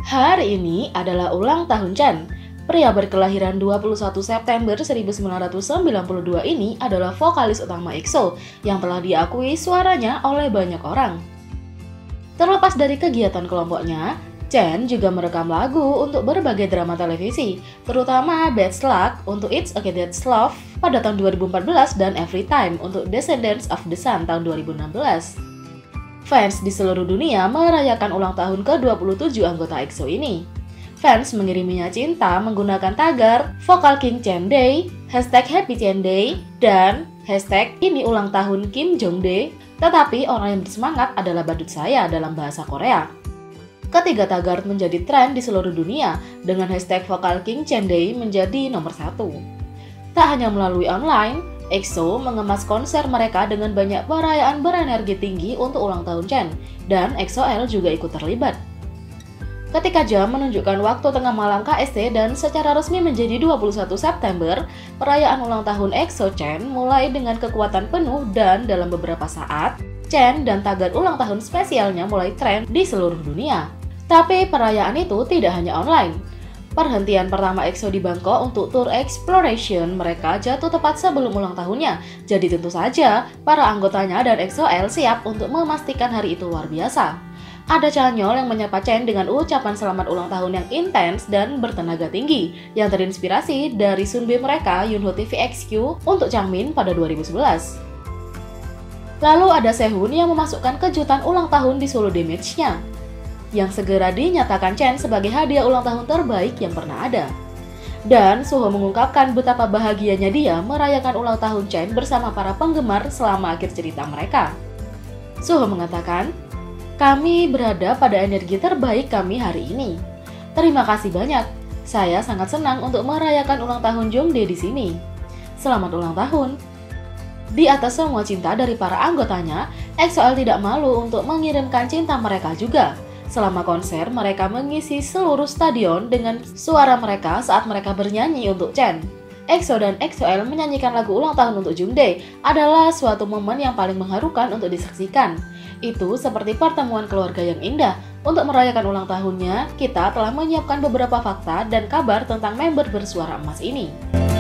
Hari ini adalah ulang tahun Chen. Pria berkelahiran 21 September 1992 ini adalah vokalis utama EXO yang telah diakui suaranya oleh banyak orang. Terlepas dari kegiatan kelompoknya, Chen juga merekam lagu untuk berbagai drama televisi, terutama Bad Luck untuk It's Okay That's Love pada tahun 2014 dan Every Time untuk Descendants of the Sun tahun 2016. Fans di seluruh dunia merayakan ulang tahun ke-27 anggota EXO ini. Fans mengiriminya cinta menggunakan tagar Vokal King Chen Day, #Happy Chen Day, dan #ini ulang tahun Kim Jong Dae. Tetapi orang yang bersemangat adalah badut saya dalam bahasa Korea. Ketiga tagar menjadi tren di seluruh dunia dengan #Vokal King Chen Day menjadi nomor 1. Tak hanya melalui online, EXO mengemas konser mereka dengan banyak perayaan berenergi tinggi untuk ulang tahun Chen, dan EXO-L juga ikut terlibat. Ketika jam menunjukkan waktu tengah malam KST dan secara resmi menjadi 21 September, perayaan ulang tahun EXO Chen mulai dengan kekuatan penuh dan dalam beberapa saat, Chen dan tagar ulang tahun spesialnya mulai tren di seluruh dunia. Tapi perayaan itu tidak hanya online. Perhentian pertama EXO di Bangkok untuk tour exploration mereka jatuh tepat sebelum ulang tahunnya. Jadi tentu saja, para anggotanya dan EXO-L siap untuk memastikan hari itu luar biasa. Ada Chanyeol yang menyapa Chen dengan ucapan selamat ulang tahun yang intens dan bertenaga tinggi, yang terinspirasi dari Sunbae mereka Yunho TVXQ untuk Changmin pada 2011. Lalu ada Sehun yang memasukkan kejutan ulang tahun di solo damage-nya, yang segera dinyatakan Chen sebagai hadiah ulang tahun terbaik yang pernah ada. Dan Suho mengungkapkan betapa bahagianya dia merayakan ulang tahun Chen bersama para penggemar selama akhir cerita mereka. Suho mengatakan, "Kami berada pada energi terbaik kami hari ini. Terima kasih banyak. Saya sangat senang untuk merayakan ulang tahun Jongdae di sini. Selamat ulang tahun." Di atas semua cinta dari para anggotanya, EXO-L tidak malu untuk mengirimkan cinta mereka juga. Selama konser, mereka mengisi seluruh stadion dengan suara mereka saat mereka bernyanyi untuk Chen. EXO dan EXO-L menyanyikan lagu ulang tahun untuk Jongdae adalah suatu momen yang paling mengharukan untuk disaksikan. Itu seperti pertemuan keluarga yang indah. Untuk merayakan ulang tahunnya, kita telah menyiapkan beberapa fakta dan kabar tentang member bersuara emas ini.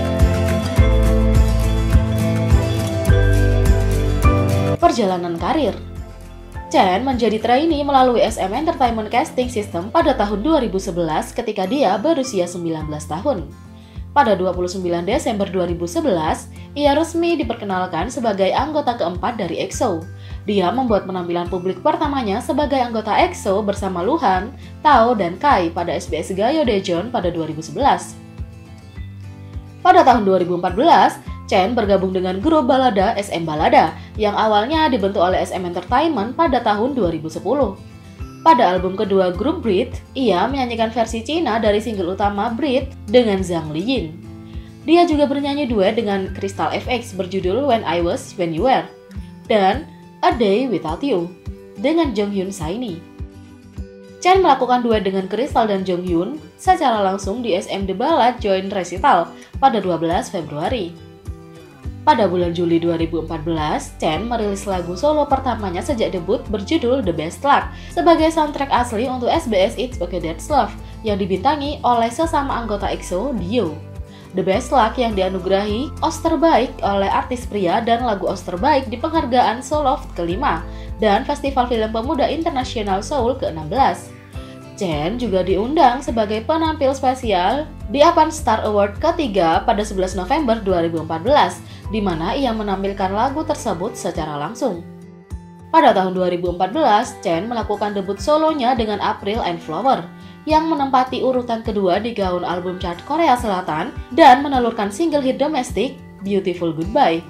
Perjalanan karir. Chen menjadi trainee melalui SM Entertainment Casting System pada tahun 2011 ketika dia berusia 19 tahun. Pada 29 Desember 2011, ia resmi diperkenalkan sebagai anggota keempat dari EXO. Dia membuat penampilan publik pertamanya sebagai anggota EXO bersama Luhan, Tao, dan Kai pada SBS Gayo Daejeon pada 2011. Pada tahun 2014, Chen bergabung dengan grup balada SM Balada yang awalnya dibentuk oleh SM Entertainment pada tahun 2010. Pada album kedua grup Breathe, ia menyanyikan versi Cina dari single utama Breathe dengan Zhang Liyin. Dia juga bernyanyi duet dengan Crystal FX berjudul When I Was, When You Were, dan A Day Without You dengan Jonghyun Saini. Chen melakukan duet dengan Crystal dan Jonghyun secara langsung di SM The Ballad Joint Recital pada 12 Februari. Pada bulan Juli 2014, Chen merilis lagu solo pertamanya sejak debut berjudul The Best Luck sebagai soundtrack asli untuk SBS It's Okay That's Love yang dibintangi oleh sesama anggota EXO, Dio. The Best Luck yang dianugerahi Oscar terbaik oleh artis pria dan lagu Oscar terbaik di penghargaan Soul-Off ke-5 dan Festival Film Pemuda Internasional Seoul ke-16. Chen juga diundang sebagai penampil spesial di Apan Star Award ke-3 pada 11 November 2014, di mana ia menampilkan lagu tersebut secara langsung. Pada tahun 2014, Chen melakukan debut solonya dengan April and Flower, yang menempati urutan kedua di gaun album chart Korea Selatan dan menelurkan single hit domestik Beautiful Goodbye.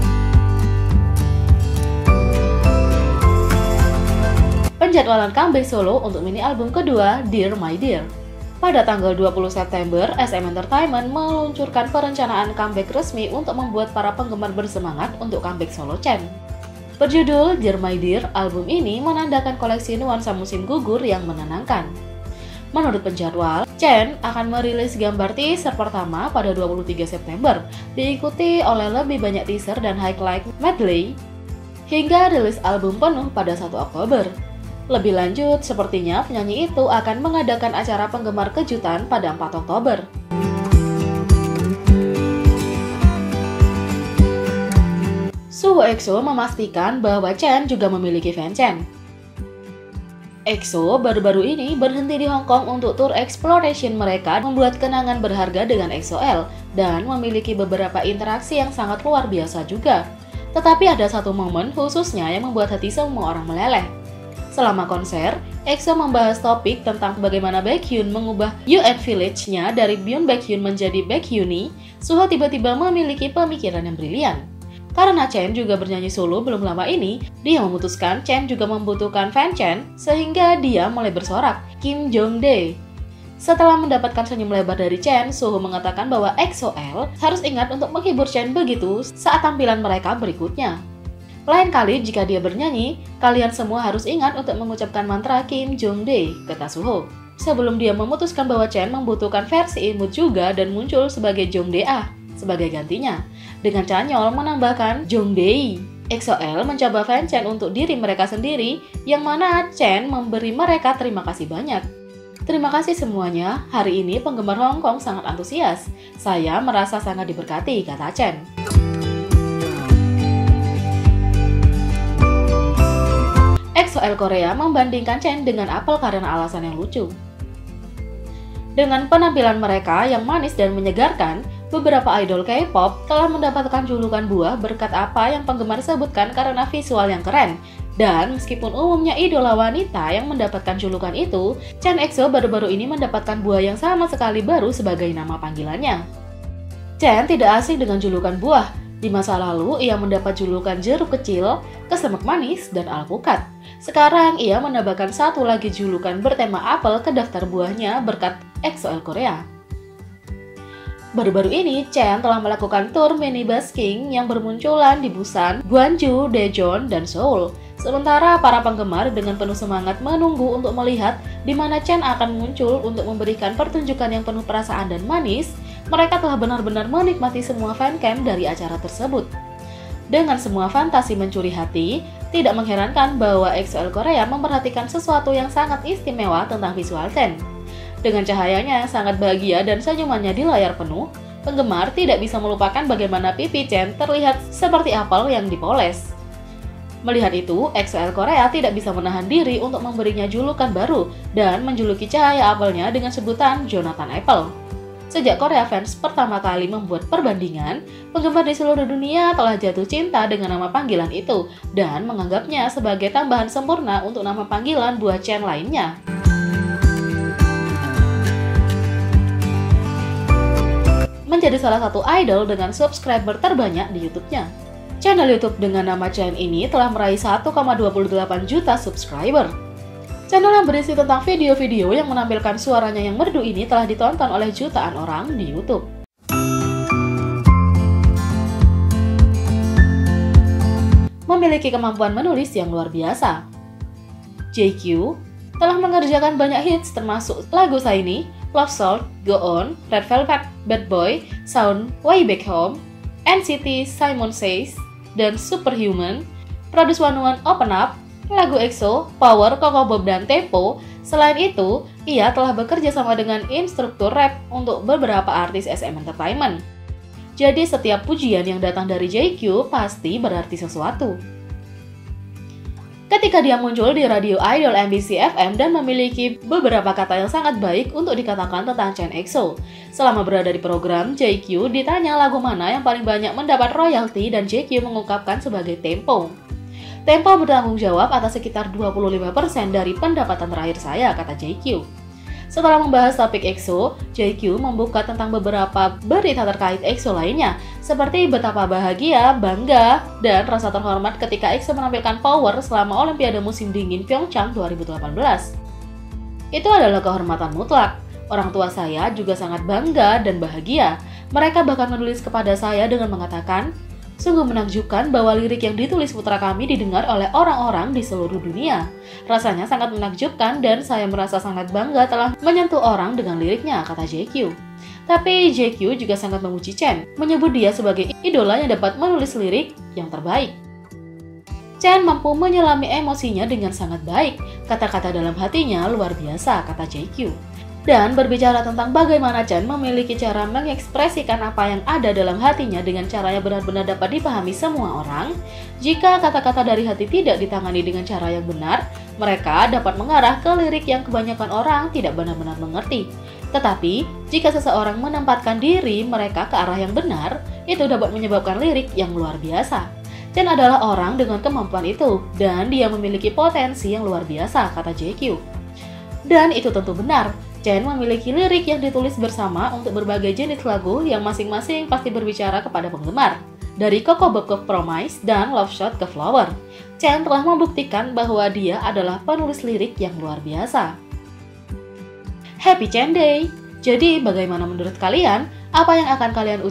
Penjadwalan comeback solo untuk mini album kedua, Dear My Dear. Pada tanggal 20 September, SM Entertainment meluncurkan perencanaan comeback resmi untuk membuat para penggemar bersemangat untuk comeback solo Chen. Berjudul Dear My Dear, album ini menandakan koleksi nuansa musim gugur yang menenangkan. Menurut penjadwal, Chen akan merilis gambar teaser pertama pada 23 September, diikuti oleh lebih banyak teaser dan highlight medley, hingga rilis album penuh pada 1 Oktober. Lebih lanjut, sepertinya penyanyi itu akan mengadakan acara penggemar kejutan pada 4 Oktober. Suho EXO memastikan bahwa Chen juga memiliki fansign. EXO baru-baru ini berhenti di Hong Kong untuk tour exploration mereka, membuat kenangan berharga dengan EXO-L dan memiliki beberapa interaksi yang sangat luar biasa juga. Tetapi ada satu momen khususnya yang membuat hati semua orang meleleh. Selama konser, EXO membahas topik tentang bagaimana Baekhyun mengubah UN Village-nya dari Byun Baekhyun menjadi Baekhyuni. Suho tiba-tiba memiliki pemikiran yang brilian. Karena Chen juga bernyanyi solo belum lama ini, dia memutuskan Chen juga membutuhkan fan Chen, sehingga dia mulai bersorak, Kim Jong-dae. Setelah mendapatkan senyum lebar dari Chen, Suho mengatakan bahwa EXO-L harus ingat untuk menghibur Chen begitu saat tampilan mereka berikutnya. Lain kali jika dia bernyanyi, kalian semua harus ingat untuk mengucapkan mantra Kim Jong-dae, kata Suho. Sebelum dia memutuskan bahwa Chen membutuhkan versi imut juga dan muncul sebagai Jongdae sebagai gantinya. Dengan Chanyeol menambahkan Jongdae. EXO-L mencoba fan Chen untuk diri mereka sendiri, yang mana Chen memberi mereka terima kasih banyak. Terima kasih semuanya, hari ini penggemar Hong Kong sangat antusias. Saya merasa sangat diberkati, kata Chen. EXO-L Korea membandingkan Chen dengan apel karena alasan yang lucu. Dengan penampilan mereka yang manis dan menyegarkan, beberapa idol K-pop telah mendapatkan julukan buah berkat apa yang penggemar sebutkan karena visual yang keren. Dan meskipun umumnya idola wanita yang mendapatkan julukan itu, Chen EXO baru-baru ini mendapatkan buah yang sama sekali baru sebagai nama panggilannya. Chen tidak asing dengan julukan buah. Di masa lalu, ia mendapat julukan jeruk kecil, kesemek manis, dan alpukat. Sekarang, ia menambahkan satu lagi julukan bertema apel ke daftar buahnya berkat EXO-L Korea. Baru-baru ini, Chen telah melakukan tour mini busking yang bermunculan di Busan, Gwangju, Daejeon, dan Seoul. Sementara para penggemar dengan penuh semangat menunggu untuk melihat di mana Chen akan muncul untuk memberikan pertunjukan yang penuh perasaan dan manis, mereka telah benar-benar menikmati semua fancam dari acara tersebut. Dengan semua fantasi mencuri hati, tidak mengherankan bahwa EXO-L Korea memperhatikan sesuatu yang sangat istimewa tentang visual Chen. Dengan cahayanya yang sangat bahagia dan senyumannya di layar penuh, penggemar tidak bisa melupakan bagaimana pipi Chen terlihat seperti apel yang dipoles. Melihat itu, EXO-L Korea tidak bisa menahan diri untuk memberinya julukan baru dan menjuluki cahaya apelnya dengan sebutan Jonathan Apple. Sejak Korea fans pertama kali membuat perbandingan, penggemar di seluruh dunia telah jatuh cinta dengan nama panggilan itu dan menganggapnya sebagai tambahan sempurna untuk nama panggilan buah Chen lainnya. Menjadi salah satu idol dengan subscriber terbanyak di YouTube-nya. Channel YouTube dengan nama Chen ini telah meraih 1,28 juta subscriber. Channel yang berisi tentang video-video yang menampilkan suaranya yang merdu ini telah ditonton oleh jutaan orang di YouTube. Memiliki kemampuan menulis yang luar biasa. JQ telah mengerjakan banyak hits termasuk lagu Shiny, Love Salt, Go On, Red Velvet, Bad Boy, Sound, Way Back Home, NCT, Simon Says, dan Superhuman, Produce 101 Open Up, lagu EXO, Power, Coco Bob, dan Tempo. Selain itu, ia telah bekerja sama dengan instruktur rap untuk beberapa artis SM Entertainment. Jadi setiap pujian yang datang dari JQ pasti berarti sesuatu. Ketika dia muncul di radio idol MBC FM dan memiliki beberapa kata yang sangat baik untuk dikatakan tentang Chen EXO. Selama berada di program, JQ ditanya lagu mana yang paling banyak mendapat royalti dan JQ mengungkapkan sebagai Tempo. Tempo bertanggung jawab atas sekitar 25% dari pendapatan terakhir saya, kata JQ. Setelah membahas topik EXO, JQ membuka tentang beberapa berita terkait EXO lainnya, seperti betapa bahagia, bangga, dan rasa terhormat ketika EXO menampilkan Power selama Olimpiade Musim Dingin Pyeongchang 2018. Itu adalah kehormatan mutlak. Orang tua saya juga sangat bangga dan bahagia. Mereka bahkan menulis kepada saya dengan mengatakan, sungguh menakjubkan bahwa lirik yang ditulis putra kami didengar oleh orang-orang di seluruh dunia. Rasanya sangat menakjubkan dan saya merasa sangat bangga telah menyentuh orang dengan liriknya, kata JQ. Tapi JQ juga sangat memuji Chen, menyebut dia sebagai idola yang dapat menulis lirik yang terbaik. Chen mampu menyelami emosinya dengan sangat baik. Kata-kata dalam hatinya luar biasa, kata JQ. Dan berbicara tentang bagaimana Chen memiliki cara mengekspresikan apa yang ada dalam hatinya dengan cara yang benar-benar dapat dipahami semua orang, jika kata-kata dari hati tidak ditangani dengan cara yang benar, mereka dapat mengarah ke lirik yang kebanyakan orang tidak benar-benar mengerti. Tetapi, jika seseorang menempatkan diri mereka ke arah yang benar, itu dapat menyebabkan lirik yang luar biasa. Chen adalah orang dengan kemampuan itu, dan dia memiliki potensi yang luar biasa, kata JQ. Dan itu tentu benar. Chen memiliki lirik yang ditulis bersama untuk berbagai jenis lagu yang masing-masing pasti berbicara kepada penggemar. Dari Coco Bop ke Promise dan Love Shot ke Flower, Chen telah membuktikan bahwa dia adalah penulis lirik yang luar biasa. Happy Chen Day! Jadi bagaimana menurut kalian? Apa yang akan kalian ucapkan